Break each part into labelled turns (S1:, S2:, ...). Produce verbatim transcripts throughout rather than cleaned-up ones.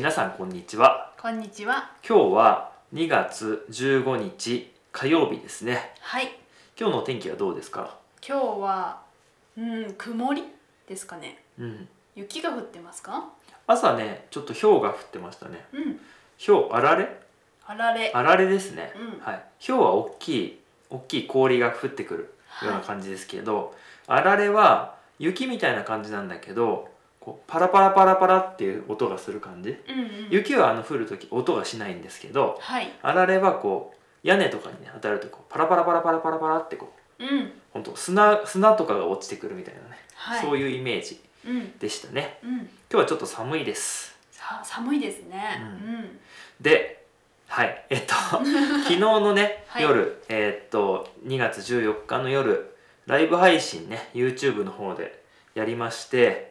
S1: 皆さんこんにちは。
S2: こんにちは。
S1: 今日はにがつじゅうごにち火曜日ですね。
S2: はい。
S1: 今日のお天気はどうですか？
S2: 今日はうん曇りですかね。
S1: うん。
S2: 雪が降ってますか？
S1: 朝ね、ちょっと氷が降ってましたね。
S2: うん。
S1: 氷、あられ？
S2: あられ。
S1: あられですね。
S2: うん
S1: はい。氷は大きい大きい氷が降ってくるような感じですけど、あられは雪みたいな感じなんだけど、こうパラパラパラパラっていう音がする感じ。
S2: うんうん。
S1: 雪はあの降るとき音がしないんですけど、
S2: はい。
S1: あられはこう屋根とかにね当たるとこうパラパラパラパラパラパラってこう、
S2: うん。
S1: 本当砂砂とかが落ちてくるみたいなね、
S2: はい。
S1: そういうイメージ
S2: うん
S1: でしたね。
S2: うん。
S1: 今日はちょっと寒いです。
S2: さ寒いですね。
S1: う
S2: うんん。
S1: で、はいえっと昨日のね、
S2: はい
S1: 夜えーっとにがつじゅうよっかの夜ライブ配信ね YouTube の方でやりまして、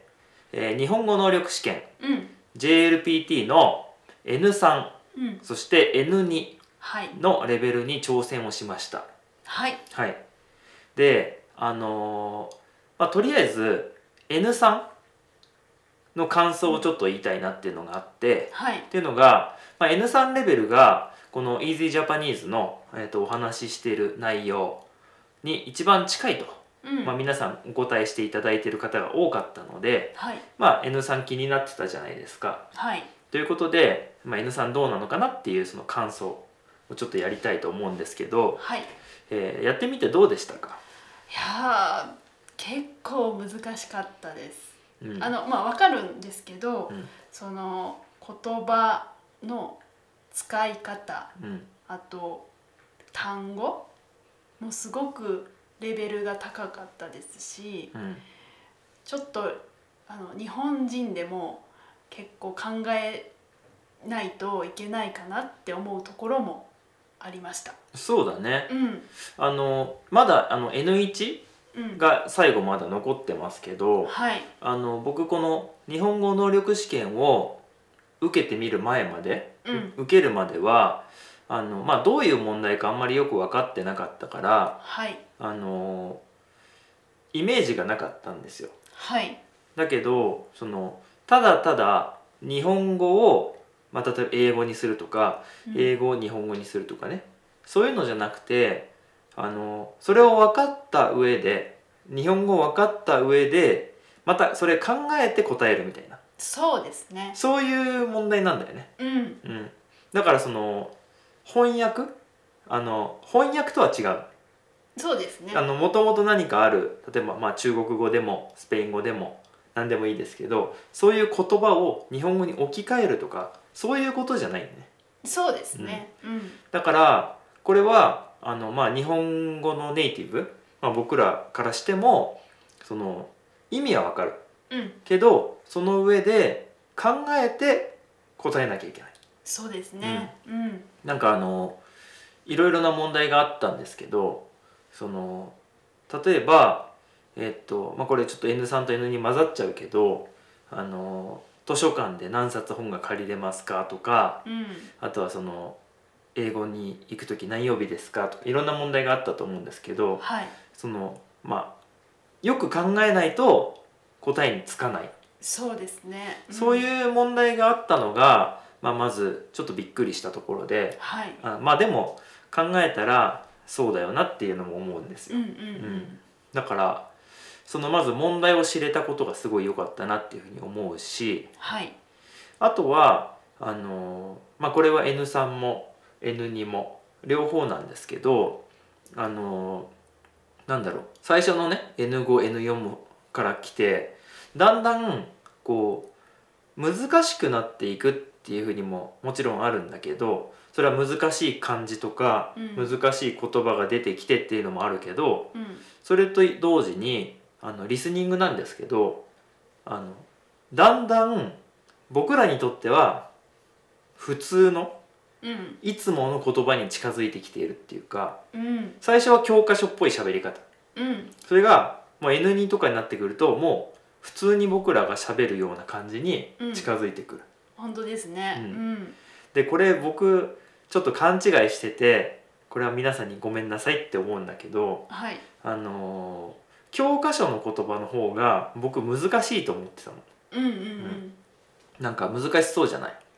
S1: えー日本語能力試験
S2: うん。
S1: ジェイエルピーティー の エヌスリー
S2: うん。
S1: そして エヌツー
S2: はい。
S1: のレベルに挑戦をしました。
S2: はい。
S1: はい。で、あのーまあとりあえず エヌスリー の感想をちょっと言いたいなっていうのがあって、
S2: はい。
S1: っていうのが、まあ、エヌスリー レベルがこの Easy Japanese の、えー、とお話ししている内容に一番近いと、
S2: うん。
S1: まあ、皆さんお答えしていただいている方が多かったので、
S2: はい。
S1: まあ、エヌスリー 気になってたじゃないですか。
S2: はい。
S1: ということで、まあ、エヌスリー どうなのかなっていうその感想をちょっとやりたいと思うんですけど、
S2: はい。い
S1: えーやってみてどうでしたか？
S2: やー結構難しかったです。
S1: うん、
S2: あのまあわかるんですけど、
S1: うん
S2: その言葉の使い方、
S1: うん
S2: あと単語もすごくレベルが高かったですし、
S1: うん
S2: ちょっとあの日本人でも結構考えないといけないかなって思うところもありました。
S1: そうだね。
S2: うん
S1: あのまだあの エヌワン
S2: うん
S1: が最後まだ残ってますけど、
S2: はい
S1: あの僕この日本語能力試験を受けてみる前まで、
S2: うん
S1: 受けるまではあの、まあ、どういう問題かあんまりよく分かってなかったから
S2: はい
S1: あのイメージがなかったんですよ。
S2: はい
S1: だけどそのただただ日本語を、まあ、例えば英語にするとか、
S2: うん
S1: 英語を日本語にするとかね、そういうのじゃなくてあのそれを分かった上で日本語を分かった上でまたそれ考えて答えるみたいな、
S2: そうですね。
S1: そういう問題なんだよね。
S2: うん
S1: うん、だからその翻訳あの翻訳とは違う。
S2: そうですね。
S1: あのもともと何かある、例えばまあ中国語でもスペイン語でも何でもいいですけど、そういう言葉を日本語に置き換えるとかそういうことじゃないよね。
S2: そうですね。うん
S1: だからこれはあの、まあ、日本語のネイティブ、まあ、僕らからしてもその意味はわかる
S2: うん
S1: けどその上で考えて答えなきゃいけない。
S2: そうですね。うん
S1: なんかあのいろいろな問題があったんですけど、その例えばえっとまあこれちょっと エヌスリー と エヌツー 混ざっちゃうけど、あの図書館で何冊本が借りれますかとか、
S2: うん
S1: あとはその英語に行く時何曜日ですかとかいろんな問題があったと思うんですけど、
S2: はい
S1: そのまあよく考えないと答えにつかない、
S2: そうですね。うん
S1: そういう問題があったのが、まあ、まずちょっとびっくりしたところで、
S2: はい
S1: あまあでも考えたらそうだよなっていうのも思うんですよ。
S2: うんうんうん
S1: だからそのまず問題を知れたことがすごい良かったなっていうふうに思うし、
S2: はい
S1: あとはあのまあこれは エヌスリー も エヌツー も両方なんですけど、あのなんだろう、最初のね エヌファイブ、エヌフォー から来てだんだんこう難しくなっていくっていうふうにももちろんあるんだけど、それは難しい漢字とか、
S2: うん
S1: 難しい言葉が出てきてっていうのもあるけど、
S2: うん
S1: それと同時にあのリスニングなんですけど、あのだんだん僕らにとっては普通の
S2: うん
S1: いつもの言葉に近づいてきているっていうか、
S2: うん
S1: 最初は教科書っぽい喋り方、
S2: うん
S1: それがもう エヌツー とかになってくるともう普通に僕らが喋るような感じに近づいてくる、
S2: 本当ですね。
S1: う
S2: うんん
S1: でこれ僕ちょっと勘違いしてて、これは皆さんにごめんなさいって思うんだけど、
S2: はい
S1: あのー教科書の言葉の方が僕難しいと思ってたの。
S2: うんうんうん
S1: なんか難しそうじゃない？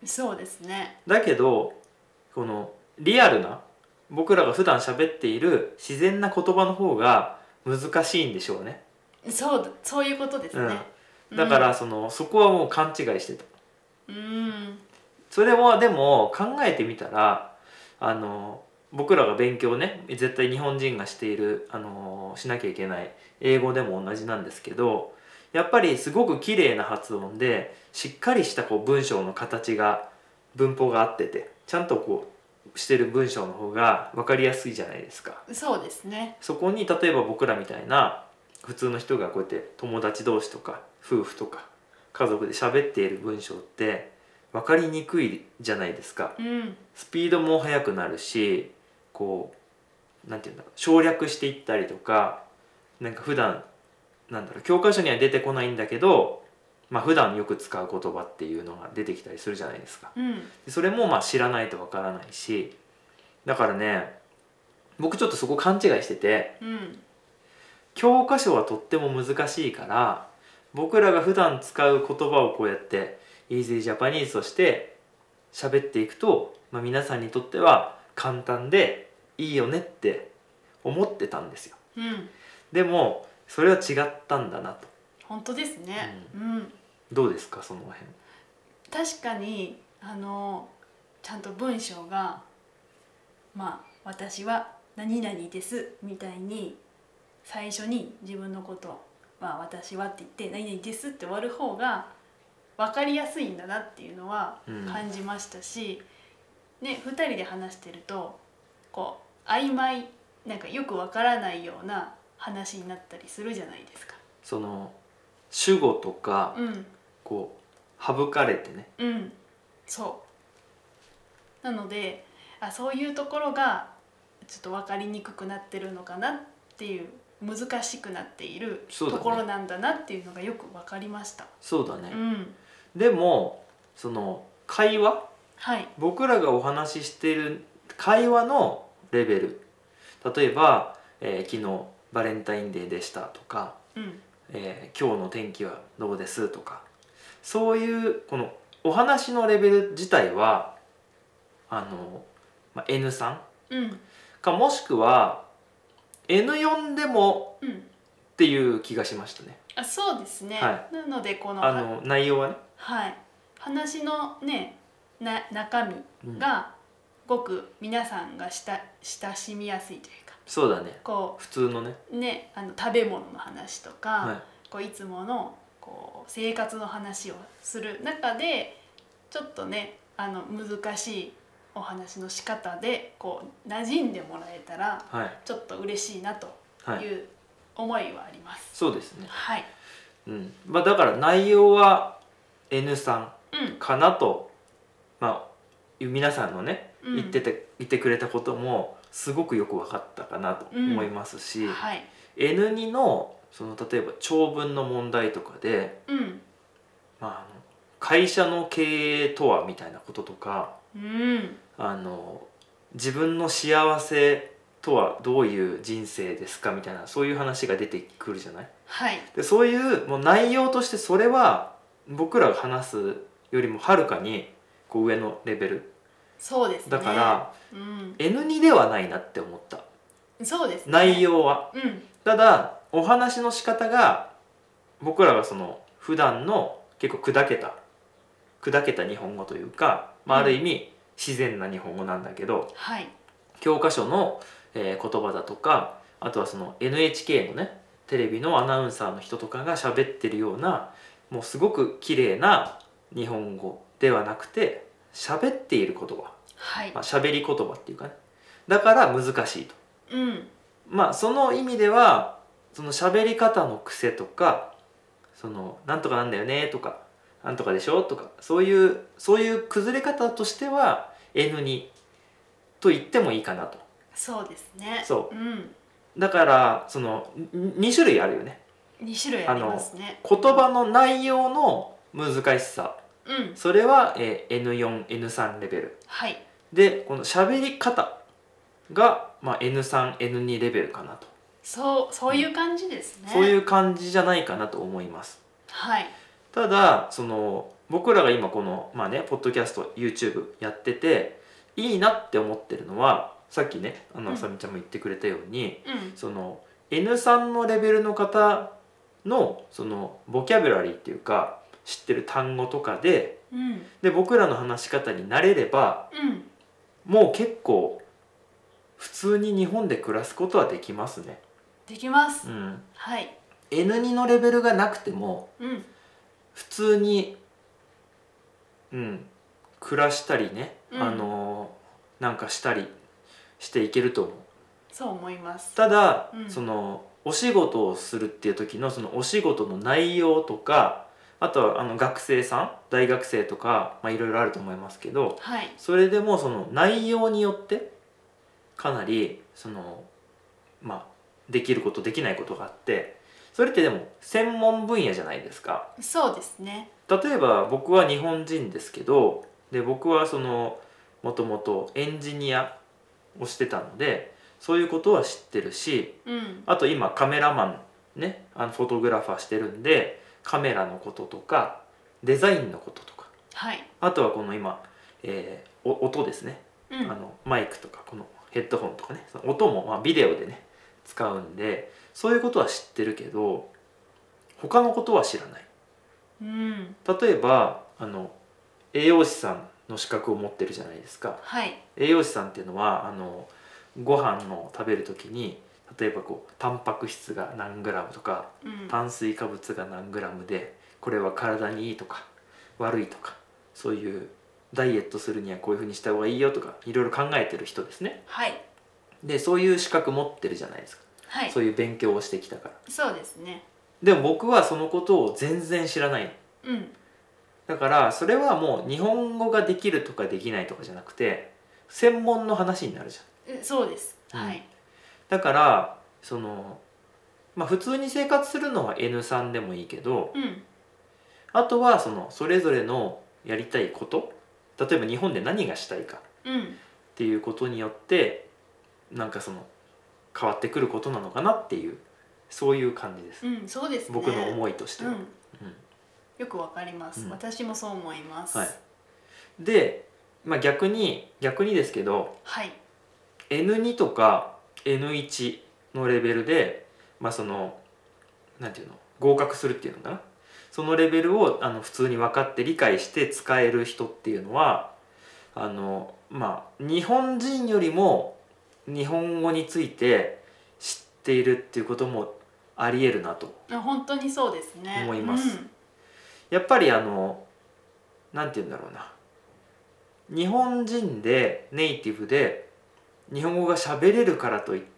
S2: そうですね。
S1: だけどこのリアルな僕らが普段喋っている自然な言葉の方が難しいんでしょうね。
S2: そうだ、そういうことですね。
S1: うん、だからその、そこはもう勘違いしてた。
S2: うん、
S1: それはでも考えてみたら、あの僕らが勉強ね、絶対日本人がしている、あのしなきゃいけない英語でも同じなんですけど、やっぱりすごく綺麗な発音でしっかりしたこう文章の形が文法が合っててちゃんとこうしてる文章の方が分かりやすいじゃないですか。
S2: そうですね。
S1: そこに例えば僕らみたいな普通の人がこうやって友達同士とか夫婦とか家族で喋っている文章って分かりにくいじゃないですか。
S2: うん、
S1: スピードも速くなるし、こうなんていうんだろう、省略していったりとか、なんか普段なんだろう、教科書には出てこないんだけど、まあ普段よく使う言葉っていうのが出てきたりするじゃないですか。
S2: うん、
S1: でそれもまあ知らないとわからないし、だからね、僕ちょっとそこ勘違いしてて、
S2: うん、
S1: 教科書はとっても難しいから、僕らが普段使う言葉をこうやって Easy Japanese として喋っていくと、まあ、皆さんにとっては簡単でいいよねって思ってたんですよ。
S2: うん、
S1: でもそれは違ったんだなと。
S2: 本当ですね。
S1: う
S2: うん、
S1: どうですか、その辺。
S2: 確かにあのちゃんと文章がまあ私は何々ですみたいに最初に自分のことまあ私はって言って何々ですって終わる方が分かりやすいんだなっていうのは感じましたし、うん、ね、ふたりで話してるとこう曖昧なんかよく分からないような話になったりするじゃないですか。
S1: その主語とか、
S2: うん、
S1: こう省かれてね。
S2: うん、そうなので、あ、そういうところがちょっと分かりにくくなってるのかなっていう、難しくなっているところなんだなっていうのがよく分かりました。
S1: そうだね。
S2: うん、
S1: でもその会話、
S2: はい、
S1: 僕らがお話ししている会話のレベル、例えば、えー昨日バレンタインデーでしたとか、
S2: うん、
S1: えー今日の天気はどうですとか、そういうこのお話のレベル自体はあの、まあ、エヌスリー
S2: うん、
S1: かもしくは エヌフォー でも
S2: うん、
S1: っていう気がしましたね。
S2: あ、そうですね。
S1: は
S2: なのでこの
S1: あの内容はね、
S2: はい、話のねな中身がごく皆さんがした親しみやすいというか、
S1: そうだね、
S2: こ
S1: 普通のね、
S2: うね、あの食べ物の話とか、
S1: はい、
S2: こういつものこう生活の話をする中でちょっとね、あの難しいお話の仕方でこう馴染んでもらえたら
S1: はい
S2: ちょっと嬉しいなと
S1: はい
S2: いう思いはあります。
S1: そうですね。
S2: はい、
S1: うんまあ、だから内容は エヌスリー
S2: うん、
S1: かなと、まあ、皆さんのね
S2: うん、
S1: 言ってて言ってくれたこともすごくよく分かったかなと思いますし、
S2: はい、
S1: エヌツー のその例えば長文の問題とかで、
S2: うん、
S1: まあ、あの会社の経営とはみたいなこととか、
S2: うん、
S1: あの自分の幸せとはどういう人生ですかみたいな、そういう話が出てくるじゃない。
S2: はい、
S1: でそういうもう内容としてそれは僕らが話すよりもはるかにこう上のレベル
S2: そうですね。
S1: だから、
S2: うん、
S1: エヌツー ではないなって思った。
S2: そうですね。
S1: 内容は。
S2: うん、
S1: ただお話の仕方が僕らがその普段の結構砕けた砕けた日本語というか、まあ、ある意味自然な日本語なんだけど、
S2: はい、
S1: 教科書の、えー言葉だとか、あとはその エヌエイチケー のねテレビのアナウンサーの人とかが喋ってるような、もうすごく綺麗な日本語ではなくて喋っている言葉、
S2: はい、
S1: まあ、喋り言葉っていうかね、だから難しいと。
S2: うん、
S1: まあその意味ではその喋り方の癖とか、そのなんとかなんだよねとかなんとかでしょとか、そういうそういう崩れ方としては エヌツー と言ってもいいかなと。
S2: そうですね。
S1: そう、
S2: うん、
S1: だからそのに種類あるよね。
S2: に種類ありますね。
S1: 言葉の内容の難しさ、
S2: うん、
S1: それは、えー、エヌフォー、エヌスリー レベル
S2: はい、
S1: で、この喋り方が、まあ、エヌスリー、エヌツー レベルかなと。
S2: そうそういう感じですね。
S1: そういう感じじゃないかなと思います。
S2: はい、
S1: ただその僕らが今このまあねポッドキャスト YouTube やってていいなって思ってるのは、さっきねあの
S2: うん
S1: あさみちゃんも言ってくれたように、
S2: うん
S1: その エヌスリー のレベルの方のそのボキャブラリーっていうか知ってる単語とかで
S2: うん
S1: で僕らの話し方に慣れれば
S2: うん
S1: もう結構普通に日本で暮らすことはできますね。
S2: できます、
S1: うん、
S2: はい
S1: エヌツー のレベルがなくても
S2: うん
S1: 普通に、うん、暮らしたりね、
S2: うん
S1: あのなんかしたりしていけると思う。
S2: そう思います。
S1: ただ、
S2: うん
S1: そのお仕事をするっていう時のそのお仕事の内容とか、あとはあの学生さん大学生とか、まあ、いろいろあると思いますけど、
S2: はい
S1: それでもその内容によってかなりそのまあできることできないことがあって、それってでも専門分野じゃないですか。
S2: そうですね。
S1: 例えば僕は日本人ですけど、で僕はそのもともとエンジニアをしてたのでそういうことは知ってるし、
S2: うん
S1: あと今カメラマンね、あのフォトグラファーしてるんでカメラのこととかデザインのこととか、
S2: はい
S1: あとはこの今、えーお音ですね、
S2: うん
S1: あのマイクとかこのヘッドホンとかね、その音もまあビデオでね使うんでそういうことは知ってるけど他のことは知らない。
S2: うん
S1: 例えばあの栄養士さんの資格を持ってるじゃないですか。
S2: はい
S1: 栄養士さんっていうのはあのご飯の食べる時に例えばこうタンパク質が何グラムとか
S2: うん
S1: 炭水化物が何グラムでこれは体にいいとか悪いとか、そういうダイエットするにはこういうふうにした方がいいよとかいろいろ考えてる人ですね。
S2: はい
S1: でそういう資格持ってるじゃないですか、
S2: はい
S1: そういう勉強をしてきたから。
S2: そうですね。
S1: でも僕はそのことを全然知らないの。
S2: うん
S1: だからそれはもう日本語ができるとかできないとかじゃなくて専門の話になるじゃん。
S2: えそうです。
S1: うん
S2: はい
S1: だからそのまあ普通に生活するのは エヌスリー でもいいけど、
S2: うん
S1: あとはそのそれぞれのやりたいこと、例えば日本で何がしたいか
S2: うん
S1: っていうことによってなんかその変わってくることなのかなっていう、そういう感じです、
S2: うんそうですね。
S1: 僕の思いとしては。
S2: うん
S1: うん
S2: よくわかります、
S1: うん
S2: 私もそう思います。
S1: はい、で、まあ、逆に逆にですけど
S2: はい
S1: エヌツー とか エヌワン のレベルで、まあ、そのなんていうの合格するっていうのかな、そのレベルをあの普通に分かって理解して使える人っていうのはあのまあ日本人よりも日本語について知っているっていうこともありえるなと
S2: あ本当にそうですね。
S1: 思います
S2: うん
S1: やっぱりあのなんて言うんだろうな、日本人でネイティブで日本語が喋れるからといって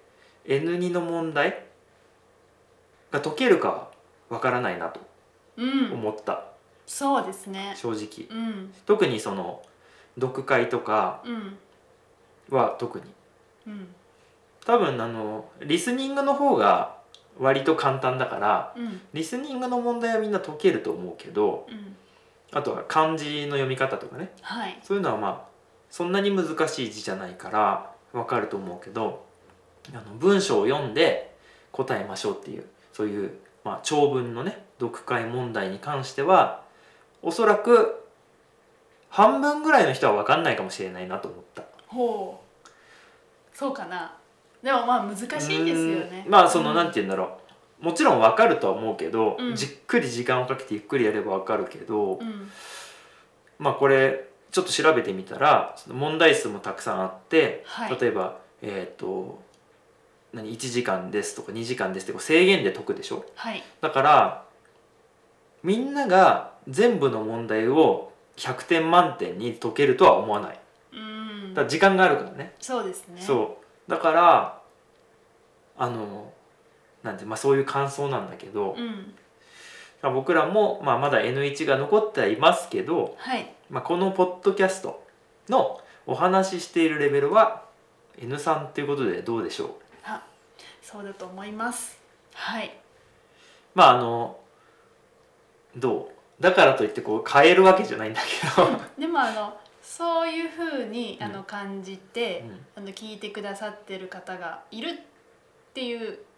S1: エヌツー の問題が解けるかはわからないなと
S2: うん
S1: 思った
S2: そうですね。
S1: 正直。
S2: うん
S1: 特にその読解とか
S2: うん
S1: は特に
S2: うん
S1: 多分あのリスニングの方が割と簡単だから
S2: うん
S1: リスニングの問題はみんな解けると思うけど、
S2: うん
S1: あとは漢字の読み方とかね、
S2: はい
S1: そういうのはまあそんなに難しい字じゃないから分かると思うけど、あの文章を読んで答えましょうっていうそういう、まあ、長文のね読解問題に関してはおそらく半分ぐらいの人は分かんないかもしれないなと思った。
S2: ほうそうかな。でもまあ難しいですよね。
S1: うーんまあその、
S2: うん
S1: なんて言うんだろう、もちろん分かるとは思うけど、
S2: うん
S1: じっくり時間をかけてゆっくりやれば分かるけど、
S2: うん
S1: まあこれちょっと調べてみたらその問題数もたくさんあって、
S2: はい
S1: 例えばえっ、と何いちじかんですとかにじかんですってこう制限で解くでしょ。
S2: はい
S1: だからみんなが全部の問題をひゃくてん満点に解けるとは思わない。
S2: うん
S1: だから時間があるからね。
S2: そうですね。
S1: そうだからあのなんて、まあ、そういう感想なんだけど、
S2: うん
S1: まあ僕らも、まあ、まだ エヌワン が残ってはいますけど、
S2: はい
S1: まあ、このポッドキャストのお話ししているレベルは エヌスリー ということでどうでしょう。
S2: あそうだと思います。はい
S1: まああのどうだからといってこう変えるわけじゃないんだけど
S2: でもあのそういうふうに
S1: うん
S2: あの感じて、
S1: うん
S2: あの聞いてくださってる方がいるっていう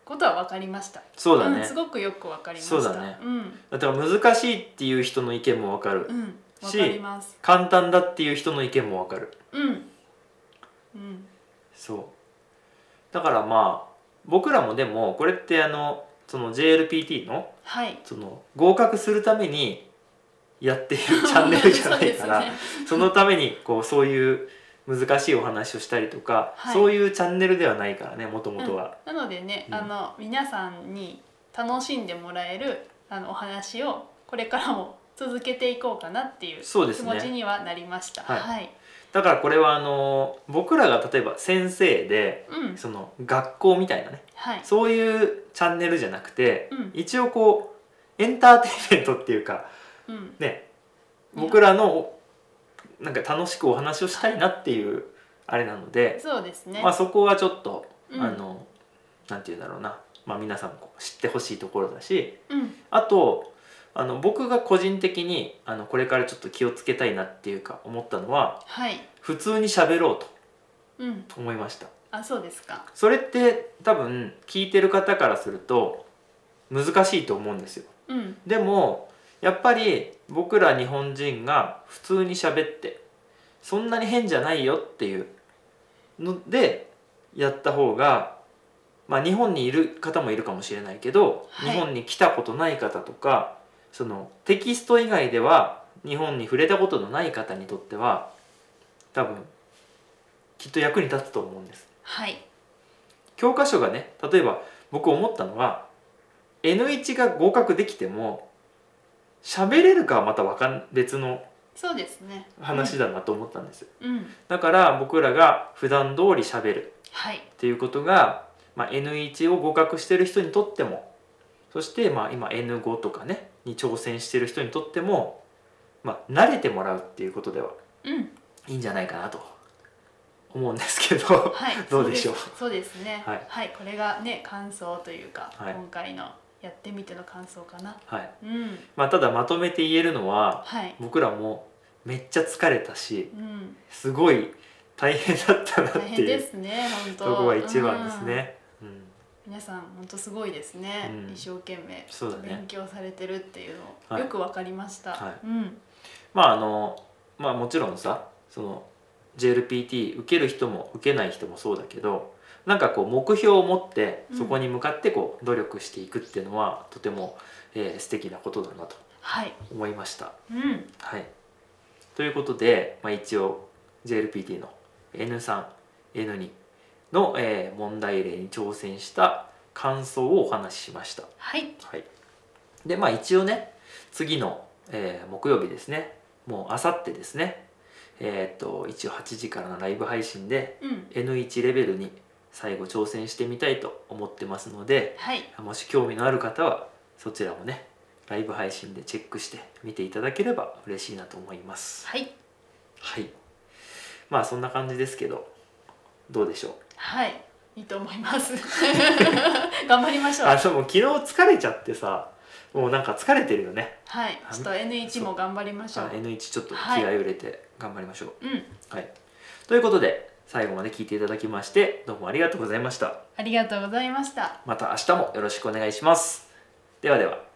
S2: ことは分かりました。
S1: そうだね、
S2: ん、すごくよく分かりました。
S1: そうだね、
S2: うん
S1: だから難しいっていう人の意見も分かる、
S2: うん、分
S1: し
S2: かります。
S1: 簡単だっていう人の意見も分かる。
S2: うんうん
S1: そうだからまあ僕らもでもこれってあのその ジェーエルピーティー の
S2: はい
S1: その合格するためにやっているチャンネルじゃないから
S2: そうですね
S1: そのためにこうそういう難しいお話をしたりとか、
S2: はい
S1: そういうチャンネルではないからね、もともとは。
S2: うん、なのでね、
S1: うん
S2: あの皆さんに楽しんでもらえるあのお話をこれからも続けていこうかなっていう気
S1: そうですね
S2: 持ちにはなりました。
S1: はい
S2: はい、
S1: だからこれはあの僕らが例えば先生で
S2: うん、
S1: その学校みたいなね
S2: はい、
S1: そういうチャンネルじゃなくて、
S2: うん
S1: 一応こうエンターテインメントっていうか
S2: うん、
S1: ね僕らのなんか楽しくお話をしたいなっていうあれなので、
S2: そうですね。
S1: まあそこはちょっと、
S2: うん
S1: あのなんていうんだろうな、まあ、皆さんもこう知ってほしいところだし、
S2: うん、
S1: あとあの僕が個人的にあのこれからちょっと気をつけたいなっていうか思ったのは、
S2: はい、
S1: 普通に喋ろうと
S2: うん、
S1: 思いました。
S2: あ、そうですか。
S1: それって多分聞いてる方からすると難しいと思うんですよ。
S2: うん、
S1: でもやっぱり僕ら日本人が普通に喋ってそんなに変じゃないよっていうのでやった方が、まあ日本にいる方もいるかもしれないけど、
S2: はい
S1: 日本に来たことない方とかそのテキスト以外では日本に触れたことのない方にとっては多分きっと役に立つと思うんです。
S2: はい、
S1: 教科書がね、例えば僕思ったのは エヌワン が合格できても喋れるかはまたわかん別の
S2: そうですね。
S1: 話だなと思ったんですよ。
S2: うん、うん、
S1: だから僕らが普段通り喋る
S2: はい、
S1: っていうことが、まあ、エヌワン を合格してる人にとっても、そしてまあ今 エヌファイブ とかねに挑戦してる人にとっても、まあ、慣れてもらうっていうことでは
S2: うん、
S1: いいんじゃないかなと思うんですけど、
S2: はい、
S1: どうでしょう。
S2: そうですそうですね。
S1: はい
S2: はい、これがね感想というか、
S1: はい
S2: 今回のやってみての感想かな。
S1: はい、
S2: うん、
S1: まあ、ただまとめて言えるのは
S2: はい、
S1: 僕らもめっちゃ疲れたし
S2: うん、
S1: すごい大変だったなって
S2: 大変
S1: いう
S2: ですね、本当。
S1: とこが一番ですね。うん
S2: うん。皆さん本当すごいですね。
S1: うん
S2: 一生懸命
S1: そうだね
S2: 勉強されてるっていうの
S1: はい
S2: をよくわかりました。
S1: はい
S2: うん、
S1: まああのまあもちろんさその ジェーエルピーティー 受ける人も受けない人もそうだけど、なんかこう目標を持ってそこに向かってこう努力していくっていうのはとても、えー素敵なことだなと
S2: はい、
S1: 思いました。
S2: うん、
S1: はい、ということで、まあ、一応 ジェーエルピーティー の エヌスリー、エヌツー の、えー問題例に挑戦した感想をお話ししました。
S2: はい、
S1: はい、でまあ一応ね次の、えー木曜日ですね、もうあさってですね、えーっと一応はちじからのライブ配信で
S2: うん、
S1: エヌワン レベルに最後挑戦してみたいと思ってますので、
S2: はい、
S1: もし興味のある方はそちらもねライブ配信でチェックして見ていただければ嬉しいなと思います。
S2: はい、
S1: はい、まあそんな感じですけどどうでしょう。
S2: はい、いいと思います。頑張りましょう。
S1: あそうもう昨日疲れちゃってさ、もうなんか疲れてるよね。
S2: はい、ちょっと エヌワン も頑張りましょう。
S1: あ エヌワン ちょっと気合い入れて頑張りましょう。
S2: うん、
S1: はい、ということで最後まで聞いていただきましてどうもありがとうございました。
S2: ありがとうございました。
S1: また明日もよろしくお願いします。ではでは。